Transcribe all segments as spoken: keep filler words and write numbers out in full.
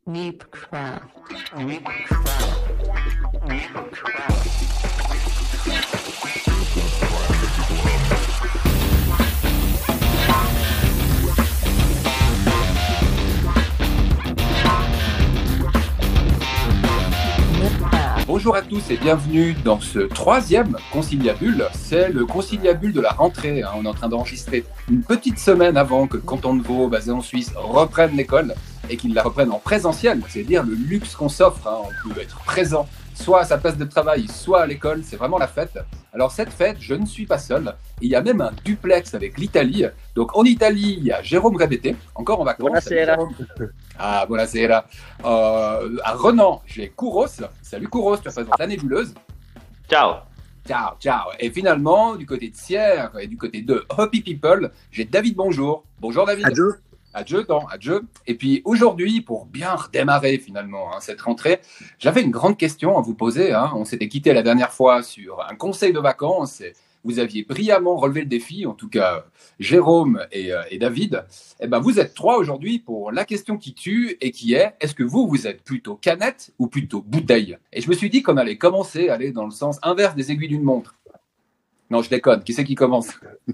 Neepcraft. Neepcraft. Neepcraft. Bonjour à tous et bienvenue dans ce troisième conciliabule. C'est le conciliabule de la rentrée. Hein. On est en train d'enregistrer une petite semaine avant que le canton de Vaud, basé en Suisse, reprenne l'école et qu'il la reprenne en présentiel. C'est-à-dire le luxe qu'on s'offre. Hein. On peut être présent, soit à sa place de travail, soit à l'école. C'est vraiment la fête. Alors cette fête, je ne suis pas seul. Il y a même un duplex avec l'Italie. Donc en Italie, il y a Jérôme Rebete, encore en vacances. Buonasera. Ah, buonasera. Euh, à Renan, j'ai Kouros. Salut Kouros, tu représentes la nébuleuse. Ciao. Ciao, ciao. Et finalement, du côté de Sierre et du côté de Happy People, j'ai David Bonjour. Bonjour David. Adieu. Adieu, non, adieu. Et puis aujourd'hui, pour bien redémarrer finalement hein, cette rentrée, j'avais une grande question à vous poser. Hein. On s'était quitté la dernière fois sur un conseil de vacances et vous aviez brillamment relevé le défi, en tout cas Jérôme et, euh, et David. Eh ben, vous êtes trois aujourd'hui pour la question qui tue et qui est, est-ce que vous, vous êtes plutôt canette ou plutôt bouteille? Et je me suis dit qu'on allait commencer à aller dans le sens inverse des aiguilles d'une montre. Non, je déconne. Qui c'est qui commence?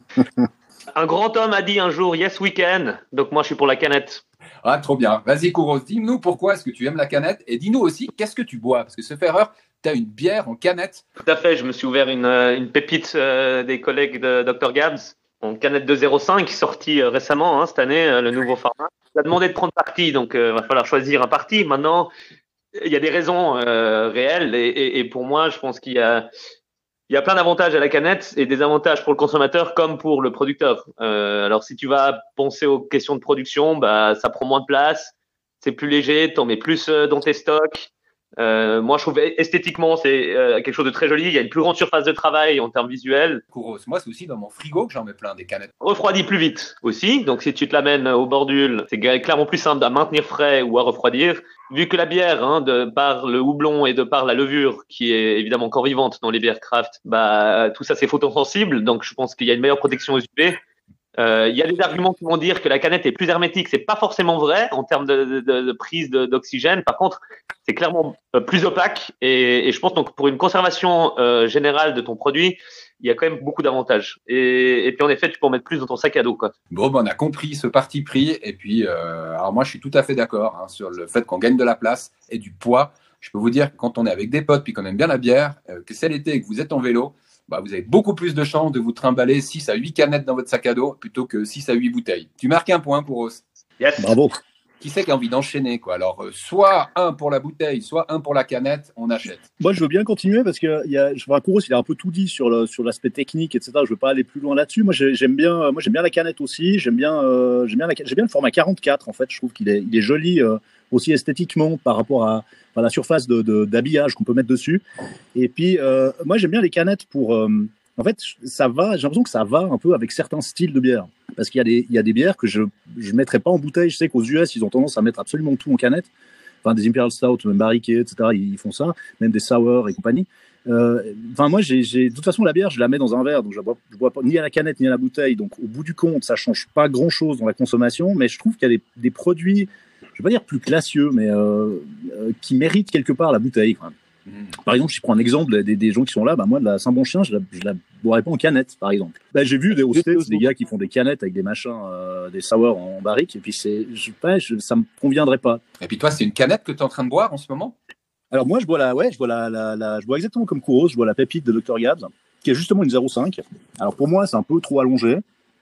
Un grand homme a dit un jour « Yes, we can ». Donc moi, je suis pour la canette. Ah, trop bien. Vas-y, Kouros, dis-nous pourquoi est-ce que tu aimes la canette et dis-nous aussi qu'est-ce que tu bois. Parce que ce fait erreur, tu as une bière en canette. Tout à fait. Je me suis ouvert une, une pépite euh, des collègues de docteur Gabs en canette deux zéro cinq, sortie euh, récemment, hein, cette année, euh, le nouveau format. Il a demandé de prendre parti, donc il euh, va falloir choisir un parti. Maintenant, il y a des raisons euh, réelles et, et, et pour moi, je pense qu'il y a... Il y a plein d'avantages à la canette et des avantages pour le consommateur comme pour le producteur. Euh, alors, si tu vas penser aux questions de production, bah, ça prend moins de place, c'est plus léger, t'en mets plus euh, dans tes stocks. Euh, moi, je trouve esthétiquement, c'est euh, quelque chose de très joli. Il y a une plus grande surface de travail en termes visuels. Kouros, moi, c'est aussi dans mon frigo que j'en mets plein des canettes. Refroidit plus vite aussi. Donc, si tu te l'amènes au bordule, c'est clairement plus simple à maintenir frais ou à refroidir. Vu que la bière, hein, de par le houblon et de par la levure, qui est évidemment encore vivante dans les bières craft, bah tout ça c'est photosensible, donc je pense qu'il y a une meilleure protection aux U V. Euh, il y a des arguments qui vont dire que la canette est plus hermétique, c'est pas forcément vrai en termes de, de, de prise de, d'oxygène. Par contre, c'est clairement plus opaque et, et je pense donc pour une conservation euh, générale de ton produit, il y a quand même beaucoup d'avantages. Et, et puis en effet, tu peux en mettre plus dans ton sac à dos, quoi. Bon, ben, on a compris ce parti pris. Et puis, euh, alors moi, je suis tout à fait d'accord hein, sur le fait qu'on gagne de la place et du poids. Je peux vous dire que quand on est avec des potes puis qu'on aime bien la bière, euh, que c'est l'été et que vous êtes en vélo, bah, vous avez beaucoup plus de chances de vous trimballer six à huit canettes dans votre sac à dos plutôt que six à huit bouteilles. Tu marques un point pour Os. Yes. Bravo. Qui c'est qui a envie d'enchaîner quoi? Alors, euh, soit un pour la bouteille, soit un pour la canette, on achète. Moi, je veux bien continuer parce que il y a, je vois Kouros, il a un peu tout dit sur le, sur l'aspect technique, et cetera. Je veux pas aller plus loin là-dessus. Moi, j'ai- j'aime bien, moi, j'aime bien la canette aussi. J'aime bien, euh, j'aime bien la, j'aime bien le format quarante-quatre. En fait, je trouve qu'il est, il est joli euh, aussi esthétiquement par rapport à, à la surface de, de, d'habillage qu'on peut mettre dessus. Et puis, euh, moi, j'aime bien les canettes pour. Euh, en fait, ça va. J'ai l'impression que ça va un peu avec certains styles de bière. Parce qu'il y a des, il y a des bières que je, je mettrais pas en bouteille. Je sais qu'aux U S, ils ont tendance à mettre absolument tout en canette. Enfin, des Imperial Stout, même barriqués, et cetera. Ils, ils font ça, même des sour et compagnie. Euh, Enfin, moi, j'ai, j'ai, de toute façon, la bière, je la mets dans un verre, donc je la bois, je bois pas ni à la canette ni à la bouteille. Donc, au bout du compte, ça change pas grand-chose dans la consommation, mais je trouve qu'il y a des, des produits, je vais pas dire plus classieux, mais euh, euh, qui méritent quelque part la bouteille. Quoi. Mmh. Par exemple, si je prends un exemple des, des gens qui sont là, bah moi, de la Saint-Bonchien, je la, je la boirais pas en canette, par exemple. Bah, j'ai vu des, aux States, des gars qui font des canettes avec des machins, euh, des sour en barrique, et puis c'est, je sais pas, je, ça me conviendrait pas. Et puis toi, c'est une canette que tu es en train de boire en ce moment? Alors moi, je bois la, ouais, je bois la, la, la, je bois exactement comme Kouros, je bois la pépite de docteur Gabs, qui est justement une zéro cinq. Alors pour moi, c'est un peu trop allongé.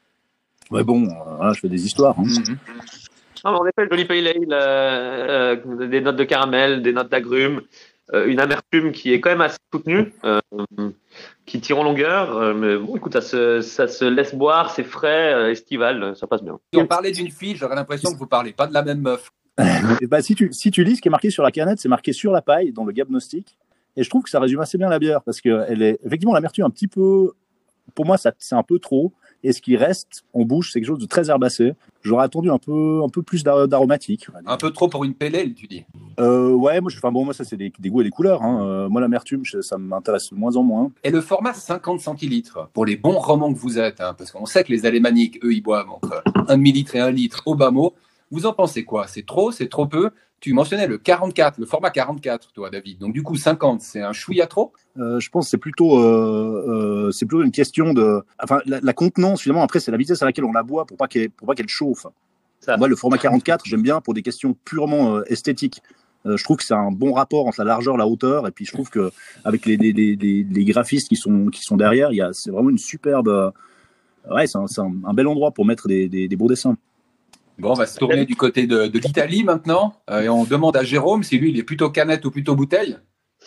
Mais bon, euh, voilà, je fais des histoires. Hein. Mmh. Non, mais en effet, le joli pale ale, euh, euh, des notes de caramel, des notes d'agrumes, euh, une amertume qui est quand même assez soutenue, euh, qui tire en longueur. Euh, mais bon, écoute, ça se, ça se laisse boire, c'est frais, euh, estival, ça passe bien. Si on parlait d'une fille, j'aurais l'impression que vous parlez pas de la même meuf. Et bah, si tu, si tu lis ce qui est marqué sur la canette, c'est marqué sur la paille, dans le Gabnostic. Et je trouve que ça résume assez bien la bière, parce que elle est, effectivement, l'amertume un petit peu, pour moi, ça, c'est un peu trop. Et ce qui reste en bouche, c'est quelque chose de très herbacé. J'aurais attendu un peu, un peu plus d'ar- d'aromatique. Un peu trop pour une pale ale, tu dis. Euh, ouais, moi, je, enfin bon, moi, ça, c'est des, des goûts et des couleurs. Hein. Euh, moi, l'amertume, je- ça m'intéresse de moins en moins. Et le format cinquante centilitres, pour les bons romans que vous êtes, hein, parce qu'on sait que les alémaniques, eux, ils boivent entre un demi-litre et un litre au bas mot. Vous en pensez quoi? C'est trop? C'est trop peu? Tu mentionnais le quarante-quatre, le format quarante-quatre, toi, David. Donc, du coup, cinquante, c'est un chouïa trop? Euh, je pense que c'est plutôt, euh, euh, c'est plutôt une question de, enfin, la, la contenance finalement. Après, c'est la vitesse à laquelle on la boit pour pas qu'elle, pour pas qu'elle chauffe. Ça. Moi, le format quarante-quatre, j'aime bien pour des questions purement euh, esthétiques. Euh, je trouve que c'est un bon rapport entre la largeur, la hauteur, et puis je trouve que avec les, les, les, les, les graphistes qui sont qui sont derrière, il y a, c'est vraiment une superbe, euh, ouais, c'est un, c'est un, un bel endroit pour mettre des, des, des beaux dessins. Bon, on va se tourner du côté de, de l'Italie maintenant, euh, et on demande à Jérôme si lui, il est plutôt canette ou plutôt bouteille.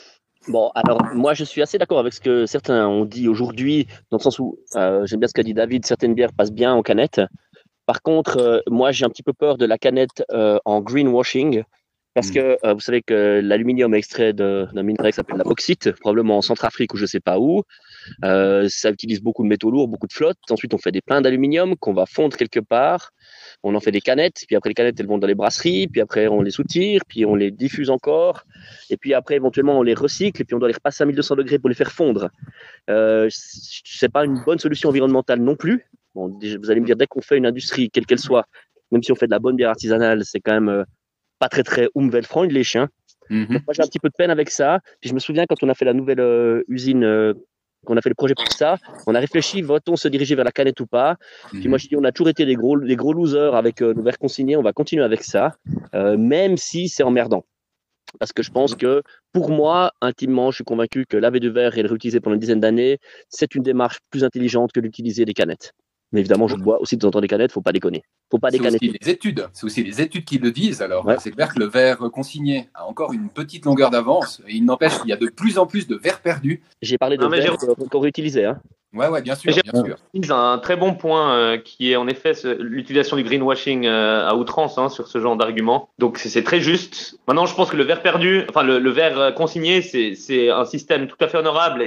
Bon, alors moi je suis assez d'accord avec ce que certains ont dit aujourd'hui, dans le sens où euh, j'aime bien ce qu'a dit David, certaines bières passent bien en canette. Par contre, euh, moi j'ai un petit peu peur de la canette euh, en greenwashing, parce mmh. que euh, vous savez que l'aluminium est extrait de, d'un minerai qui s'appelle la bauxite, probablement en Centrafrique ou je sais pas où. Euh, ça utilise beaucoup de métaux lourds, beaucoup de flotte. Ensuite, on fait des pains d'aluminium qu'on va fondre quelque part. On en fait des canettes, puis après les canettes, elles vont dans les brasseries, puis après on les soutire, puis on les diffuse encore, et puis après éventuellement on les recycle, et puis on doit les repasser à mille deux cents degrés pour les faire fondre. Euh, c'est pas une bonne solution environnementale non plus. Bon, vous allez me dire, dès qu'on fait une industrie, quelle qu'elle soit, même si on fait de la bonne bière artisanale, c'est quand même euh, pas très très umweltfreundlich, hein. Mm-hmm. Donc moi j'ai un petit peu de peine avec ça. Puis je me souviens quand on a fait la nouvelle euh, usine. Euh, qu'on a fait le projet pour ça, on a réfléchi, va-t-on se diriger vers la canette ou pas? Puis mmh. moi, je dis, on a toujours été des gros, des gros losers avec euh, nos verres consignés, on va continuer avec ça, euh, même si c'est emmerdant. Parce que je pense que, pour moi, intimement, je suis convaincu que laver du verre et le réutiliser pendant une dizaine d'années, c'est une démarche plus intelligente que d'utiliser des canettes. Mais évidemment, je bois aussi de temps en temps des canettes, faut pas déconner. Faut pas c'est déconner. Aussi les études, c'est aussi les études qui le disent. Alors, ouais. C'est clair que le verre consigné a encore une petite longueur d'avance. Et il n'empêche qu'il y a de plus en plus de verres perdus. J'ai parlé de non, verres qu'on réutilisait, hein. Ouais, ouais, bien sûr, bien sûr. C'est un très bon point euh, qui est en effet ce, l'utilisation du greenwashing euh, à outrance hein, sur ce genre d'argument. Donc c'est, c'est très juste. Maintenant, je pense que le verre perdu, enfin le, le verre consigné, c'est, c'est un système tout à fait honorable et,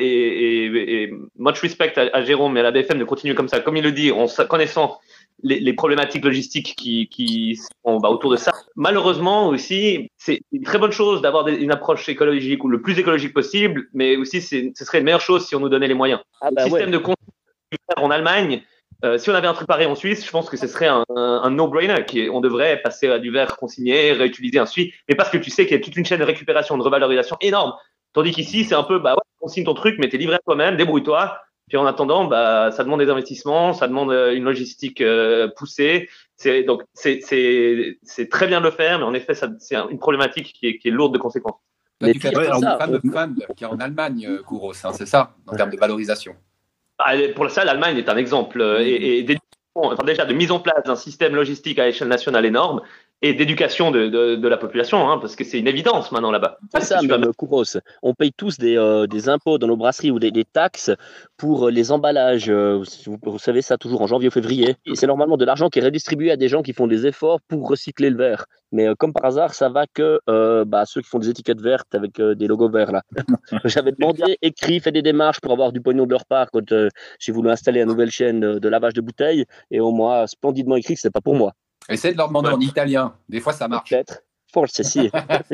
et, et much respect à, à Jérôme et à la B F M de continuer comme ça. Comme il le dit, en connaissant les, les problématiques logistiques qui, qui sont bah, autour de ça. Malheureusement aussi, c'est une très bonne chose d'avoir des, une approche écologique ou le plus écologique possible, mais aussi c'est, ce serait une meilleure chose si on nous donnait les moyens. Ah bah le système ouais. de consigné en Allemagne, euh, si on avait un truc pareil en Suisse, je pense que ce serait un, un, un no-brainer. Qui, on devrait passer à du verre consigné, réutiliser ainsi, mais parce que tu sais qu'il y a toute une chaîne de récupération, de revalorisation énorme. Tandis qu'ici, c'est un peu, bah ouais, consigne ton truc, mais t'es livré à toi-même, débrouille-toi. Puis en attendant, bah, ça demande des investissements, ça demande une logistique euh, poussée. C'est, donc, c'est, c'est, c'est très bien de le faire, mais en effet, ça, c'est une problématique qui est, qui est lourde de conséquences. Là, tu fais un fan de fan qui est en Allemagne, Kouros, hein, c'est ça, en termes de valorisation. Ah, pour ça, l'Allemagne est un exemple. Mmh. Et, et enfin, déjà, de mise en place d'un système logistique à échelle nationale énorme et d'éducation de, de, de la population, hein, parce que c'est une évidence maintenant là-bas. C'est ça, même Kouros. On paye tous des, euh, des impôts dans nos brasseries ou des, des taxes pour les emballages. Euh, vous, vous savez ça toujours en janvier ou février. Et c'est normalement de l'argent qui est redistribué à des gens qui font des efforts pour recycler le verre. Mais euh, comme par hasard, ça va que euh, bah, ceux qui font des étiquettes vertes avec euh, des logos verts là. J'avais demandé, écrit, fait des démarches pour avoir du pognon de leur part quand euh, j'ai voulu installer une nouvelle chaîne de lavage de bouteilles et on m'a splendidement écrit que c'était pas pour moi. Essayez de leur demander ouais. en italien. Des fois, ça marche. Peut-être. Forse, si.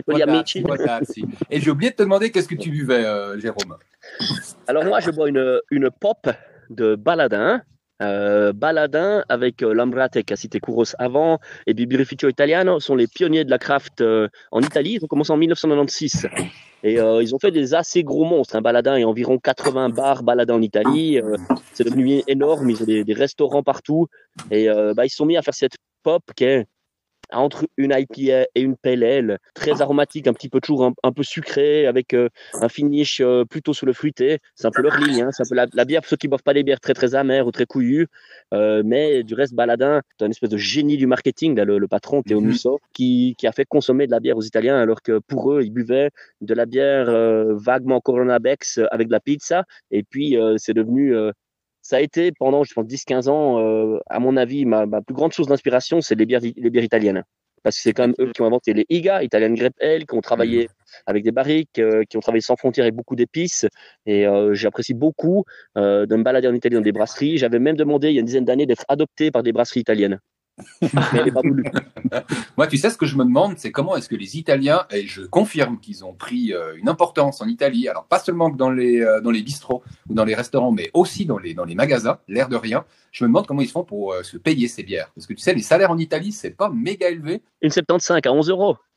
Et j'ai oublié de te demander qu'est-ce que tu buvais, euh, Jérôme. Alors moi, je bois une, une pop de Baladin. Euh, Baladin avec euh, Lambrate qu'a cité Kouros avant et Birrificio Italiano sont les pionniers de la craft euh, en Italie. Ils ont commencé en dix-neuf cent quatre-vingt-seize et euh, ils ont fait des assez gros monstres. Un hein. Baladin et environ quatre-vingts bars Baladin en Italie. Euh, c'est devenu énorme. Ils ont des, des restaurants partout et euh, bah, ils se sont mis à faire cette pop qui est entre une I P A et une Pale Ale, très aromatique, un petit peu toujours un, un peu sucré, avec euh, un finish euh, plutôt sous le fruité. C'est un peu leur ligne, hein. C'est un peu la, la bière pour ceux qui boivent pas des bières très très amères ou très couillues. Euh, mais du reste, Baladin, c'est un espèce de génie du marketing, là, le, le patron Théo Musso, qui, qui a fait consommer de la bière aux Italiens, alors que pour eux, ils buvaient de la bière euh, vaguement Corona Bex avec de la pizza. Et puis, euh, c'est devenu... Euh, Ça a été pendant, je pense, dix à quinze ans, euh, à mon avis, ma, ma plus grande source d'inspiration, c'est les bières, les bières italiennes. Parce que c'est quand même eux qui ont inventé les I G A, Italian Grape Ale, qui ont travaillé mmh. avec des barriques, euh, qui ont travaillé sans frontières avec beaucoup d'épices. Et euh, j'apprécie beaucoup euh, de me balader en Italie dans des brasseries. J'avais même demandé, il y a une dizaine d'années, d'être adopté par des brasseries italiennes. Mais elle n'est pas voulu. Moi, tu sais, ce que je me demande, c'est comment est-ce que les Italiens, et je confirme qu'ils ont pris euh, une importance en Italie, alors pas seulement dans les, euh, dans les bistrots ou dans les restaurants, mais aussi dans les, dans les magasins, l'air de rien. Je me demande comment ils font pour euh, se payer ces bières. Parce que tu sais, les salaires en Italie, c'est pas méga élevé. Une soixante-quinze à onze euros.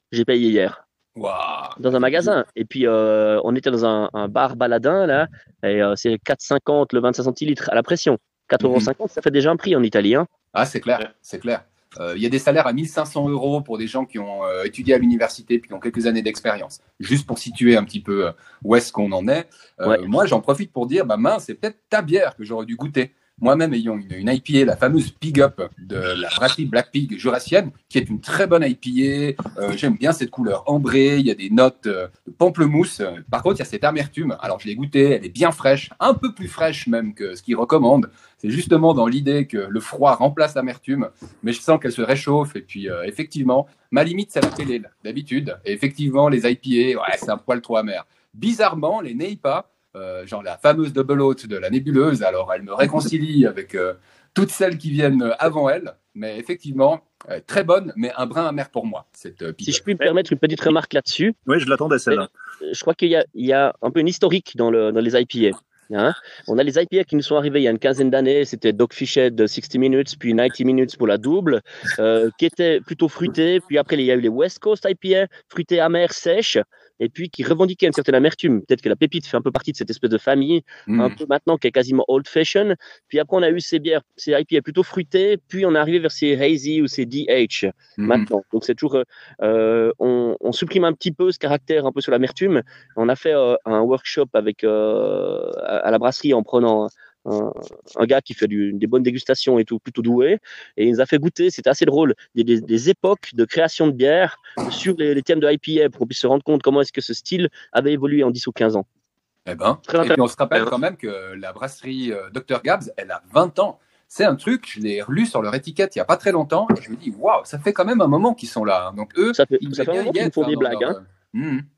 j'ai payé hier. Waouh. Dans un magasin. Et puis, euh, on était dans un, un bar baladin, là, et euh, c'est quatre euros cinquante le vingt-cinq centilitres à la pression. quatre euros cinquante, ça fait déjà un prix en Italie. Hein. Ah, c'est clair, c'est clair. Il euh, y a des salaires à mille cinq cents euros pour des gens qui ont euh, étudié à l'université puis qui ont quelques années d'expérience. Juste pour situer un petit peu euh, où est-ce qu'on en est. Euh, Ouais. Moi, j'en profite pour dire, bah mince, c'est peut-être ta bière que j'aurais dû goûter. Moi-même ayant une, une I P A, la fameuse Pig Up de la brasserie Black Pig jurassienne, qui est une très bonne I P A. Euh, J'aime bien cette couleur ambrée. Il y a des notes euh, de pamplemousse. Par contre, il y a cette amertume. Alors, je l'ai goûtée. Elle est bien fraîche, un peu plus fraîche même que ce qu'ils recommandent. C'est justement dans l'idée que le froid remplace l'amertume, mais je sens qu'elle se réchauffe. Et puis, euh, effectivement, ma limite, c'est la télé, d'habitude. Et effectivement, les I P A, ouais, c'est un poil trop amer. Bizarrement, les Neipa, euh, genre la fameuse double haute de la nébuleuse, alors elle me réconcilie avec euh, toutes celles qui viennent avant elle. Mais effectivement, euh, très bonne, mais un brin amer pour moi, cette euh, Si je puis me permettre une petite remarque là-dessus, Oui, je l'attendais celle-là. je crois qu'il y a, il y a un peu une historique dans, le, dans les I P A. Hein. On a les I P A qui nous sont arrivés il y a une quinzaine d'années, c'était Dogfish Head de sixty minutes, puis ninety minutes pour la double, euh, qui étaient plutôt fruités, puis après il y a eu les West Coast I P A, fruités, amers, sèches, et puis qui revendiquaient une certaine amertume. Peut-être que la pépite fait un peu partie de cette espèce de famille, Mmh. un peu maintenant qui est quasiment old fashion, puis après on a eu ces bières, ces I P A plutôt fruitées, puis on est arrivé vers ces hazy ou ces D H Mmh. maintenant. Donc c'est toujours, euh, on, on supprime un petit peu ce caractère un peu sur l'amertume. On a fait euh, un workshop avec euh, à, à la brasserie en prenant un, un gars qui fait du, des bonnes dégustations et tout, plutôt doué, et il nous a fait goûter, c'était assez drôle, des, des, des époques de création de bière sur les, les thèmes de I P A pour qu'on puisse se rendre compte comment est-ce que ce style avait évolué en dix ou quinze ans. Eh ben, Très et puis intéressant. on se rappelle quand même que la brasserie euh, docteur Gabs, elle a vingt ans. C'est un truc, je l'ai relu sur leur étiquette il n'y a pas très longtemps, et je me dis, waouh, ça fait quand même un moment qu'ils sont là. Donc eux, Ça fait, ils ça fait devaient un bien moment y qu'ils nous être, font hein, des dans blagues. leur, Hein. euh, hmm.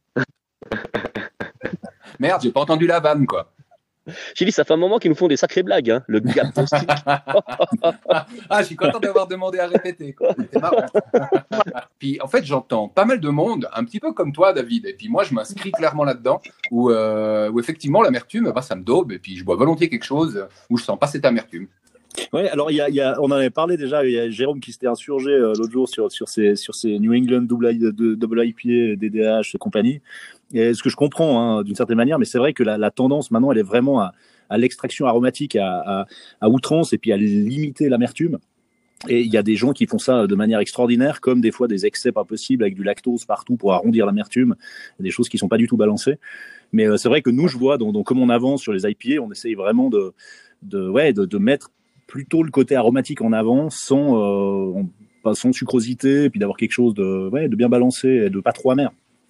Merde, j'ai pas entendu la vanne, quoi. J'ai dit, ça fait un moment qu'ils nous font des sacrées blagues, hein, le gap de style. Ah, je suis content d'avoir demandé à répéter, quoi. C'était marrant. Puis en fait, j'entends pas mal de monde, un petit peu comme toi, David. Et puis moi, je m'inscris clairement là-dedans, où, euh, où effectivement l'amertume, bah, ça me daube. Et puis je bois volontiers quelque chose où je sens pas cette amertume. Ouais, alors il y a, il y a, on en avait parlé déjà. Il y a Jérôme qui s'était insurgé euh, l'autre jour sur sur ces sur ces New England double, I- de- double I P A, D D H et compagnie. Et ce que je comprends hein, d'une certaine manière, mais c'est vrai que la, la tendance maintenant, elle est vraiment à, à l'extraction aromatique à, à, à outrance et puis à limiter l'amertume. Et il y a des gens qui font ça de manière extraordinaire, comme des fois des excès pas possibles avec du lactose partout pour arrondir l'amertume, des choses qui sont pas du tout balancées. Mais euh, c'est vrai que nous, je vois, donc, donc comme on avance sur les I P A, on essaye vraiment de de ouais de, de mettre plutôt le côté aromatique en avant, sans, euh, en, sans sucrosité, et puis d'avoir quelque chose de, ouais, de bien balancé et de pas trop amer.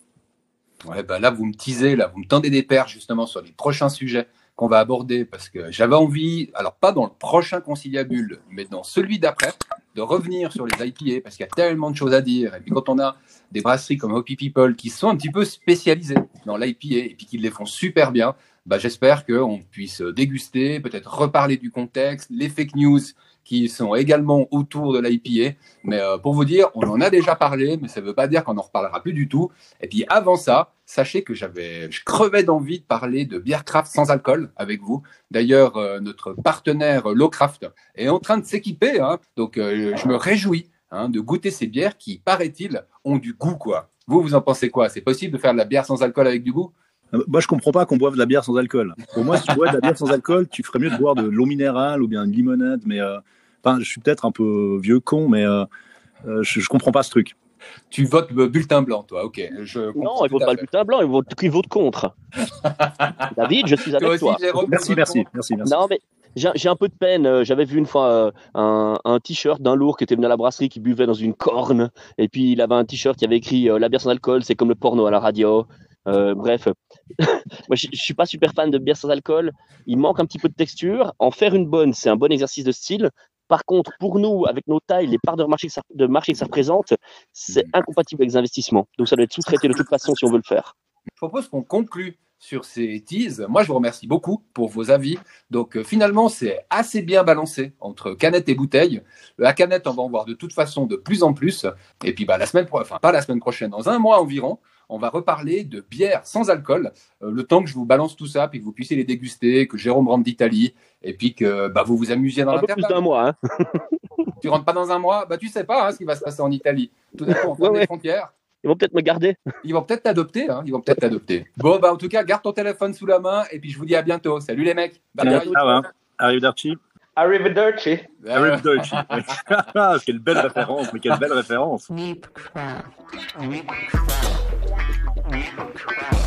Ouais, bah là, vous me teasez, là, vous me tendez des perches justement sur les prochains sujets qu'on va aborder parce que j'avais envie, alors pas dans le prochain conciliabule, mais dans celui d'après, de revenir sur les I P A parce qu'il y a tellement de choses à dire. Et puis quand on a des brasseries comme Hoppy People qui sont un petit peu spécialisées dans l'I P A et puis qui les font super bien, bah, j'espère qu'on puisse déguster, peut-être reparler du contexte, les fake news qui sont également autour de l'I P A. Mais euh, pour vous dire, on en a déjà parlé, mais ça ne veut pas dire qu'on n'en reparlera plus du tout. Et puis avant ça, sachez que j'avais, je crevais d'envie de parler de bière craft sans alcool avec vous. D'ailleurs, euh, notre partenaire euh, Lowcraft est en train de s'équiper, hein, donc euh, je me réjouis hein, de goûter ces bières qui, paraît-il, ont du goût, quoi. Vous, vous en pensez quoi? C'est possible de faire de la bière sans alcool avec du goût? Moi, je comprends pas qu'on boive de la bière sans alcool. Pour moi, si tu bois de la bière sans alcool, tu ferais mieux de boire de l'eau minérale ou bien une limonade. Mais euh, enfin, je suis peut-être un peu vieux con, mais euh, euh, je, je comprends pas ce truc. Tu votes bulletin blanc, toi, ok. Je non, il vote pas le bulletin blanc, il vote, il vote contre. David, je suis avec toi. toi. Aussi, Jérôme, merci, merci, merci, merci. Non, mais j'ai, j'ai un peu de peine. J'avais vu une fois euh, un, un t-shirt d'un lourd qui était venu à la brasserie qui buvait dans une corne. Et puis, il avait un t-shirt qui avait écrit euh, « La bière sans alcool, c'est comme le porno à la radio ». Euh, bref, moi je, je suis pas super fan de bière sans alcool. Il manque un petit peu de texture. En faire une bonne, c'est un bon exercice de style. Par contre, pour nous, avec nos tailles, les parts de marché que ça, de marché que ça représente, c'est incompatible avec les investissements. Donc ça doit être sous-traité de toute façon si on veut le faire. Je propose qu'on conclue sur ces teases. Moi, je vous remercie beaucoup pour vos avis. Donc, euh, finalement, c'est assez bien balancé entre canette et bouteille. La canette, on va en voir de toute façon de plus en plus. Et puis, bah, la semaine prochaine, enfin, pas la semaine prochaine, dans un mois environ, on va reparler de bière sans alcool. Euh, le temps que je vous balance tout ça, puis que vous puissiez les déguster, que Jérôme rentre d'Italie, et puis que bah, vous vous amusiez dans Un peu plus l'intervalle. d'un mois. Hein. Tu rentres pas dans un mois, bah tu sais pas hein, ce qui va se passer en Italie. Tout d'un coup, on ferme Ouais, les ouais. frontières. ils vont peut-être me garder. Ils vont peut-être t'adopter, hein. Ils vont peut-être t'adopter. Bon, bah, en tout cas, garde ton téléphone sous la main et puis je vous dis à bientôt. Salut les mecs. Bye bye. Ah ouais. Arrivederci. Arrivederci. Arrivederci. Quelle belle référence, mais quelle belle référence. Meep crap. Meep crap. Meep crap.